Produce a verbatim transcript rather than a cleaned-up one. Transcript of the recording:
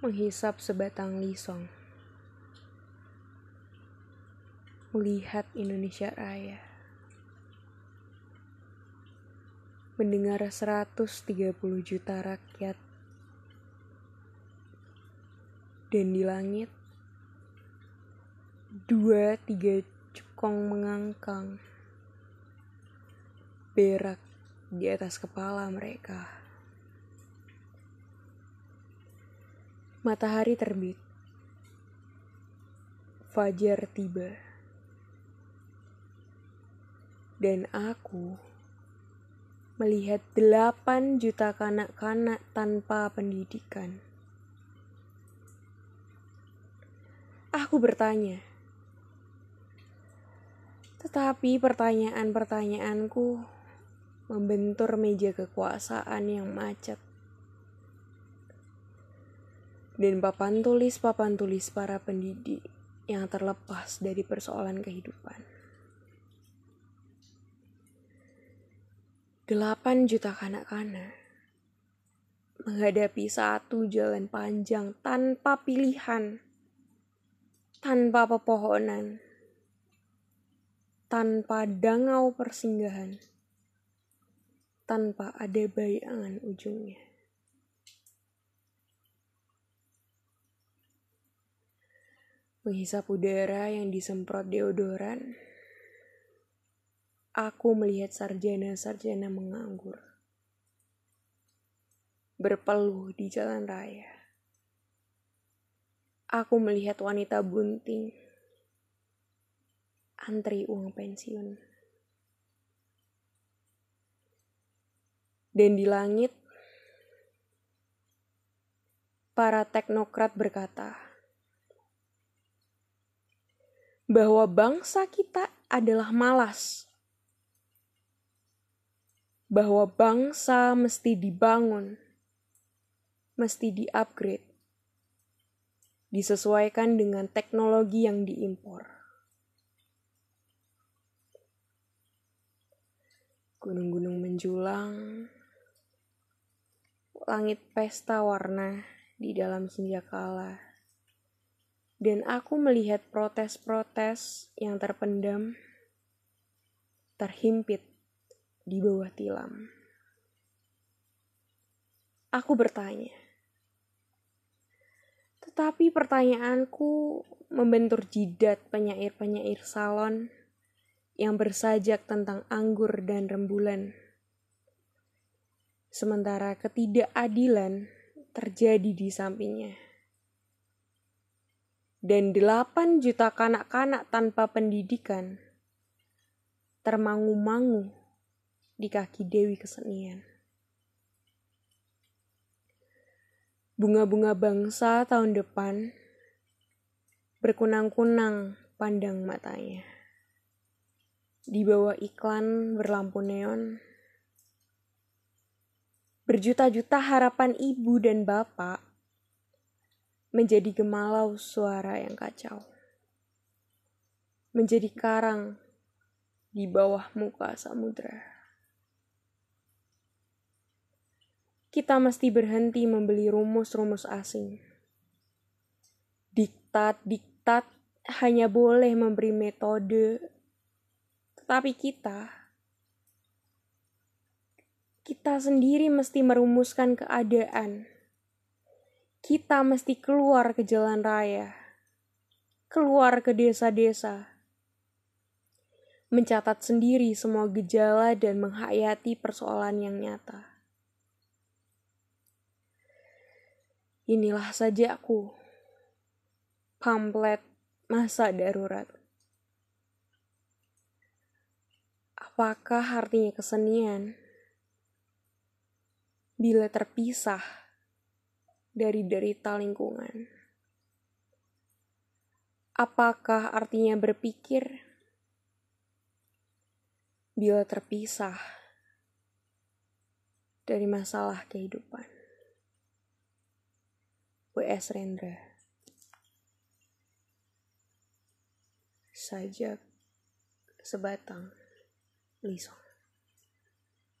Menghisap sebatang lisong, melihat Indonesia Raya, mendengar seratus tiga puluh juta rakyat, dan di langit dua tiga cukong mengangkang berak di atas kepala mereka. Matahari terbit, fajar tiba, dan aku melihat delapan juta kanak-kanak tanpa pendidikan. Aku bertanya, tetapi pertanyaan-pertanyaanku membentur meja kekuasaan yang macet. Dan papan tulis-papan tulis para pendidik yang terlepas dari persoalan kehidupan. Delapan juta kanak-kanak menghadapi satu jalan panjang tanpa pilihan, tanpa pepohonan, tanpa dangau persinggahan, tanpa ada bayangan ujungnya. Menghisap udara yang disemprot deodoran, aku melihat sarjana-sarjana menganggur, berpeluh di jalan raya. Aku melihat wanita bunting, antri uang pensiun. Dan di langit, para teknokrat berkata bahwa bangsa kita adalah malas, bahwa bangsa mesti dibangun, mesti di-upgrade, disesuaikan dengan teknologi yang diimpor. Gunung-gunung menjulang, langit pesta warna di dalam senjakala. Dan aku melihat protes-protes yang terpendam, terhimpit di bawah tilam. Aku bertanya, tetapi pertanyaanku membentur jidat penyair-penyair salon yang bersajak tentang anggur dan rembulan. Sementara ketidakadilan terjadi di sampingnya. Dan delapan juta kanak-kanak tanpa pendidikan termangu-mangu di kaki Dewi Kesenian. Bunga-bunga bangsa tahun depan berkunang-kunang pandang matanya. Di bawah iklan berlampu neon, berjuta-juta harapan ibu dan bapak menjadi gemalau suara yang kacau. Menjadi karang di bawah muka samudra. Kita mesti berhenti membeli rumus-rumus asing. Diktat-diktat hanya boleh memberi metode, tetapi kita, kita sendiri mesti merumuskan keadaan. Kita mesti keluar ke jalan raya, keluar ke desa-desa, mencatat sendiri semua gejala dan menghayati persoalan yang nyata. Inilah saja aku, pamflet masa darurat. Apakah artinya kesenian bila terpisah dari derita lingkungan? Apakah artinya berpikir bila terpisah dari masalah kehidupan? W S Rendra. Sajak sebatang lisong.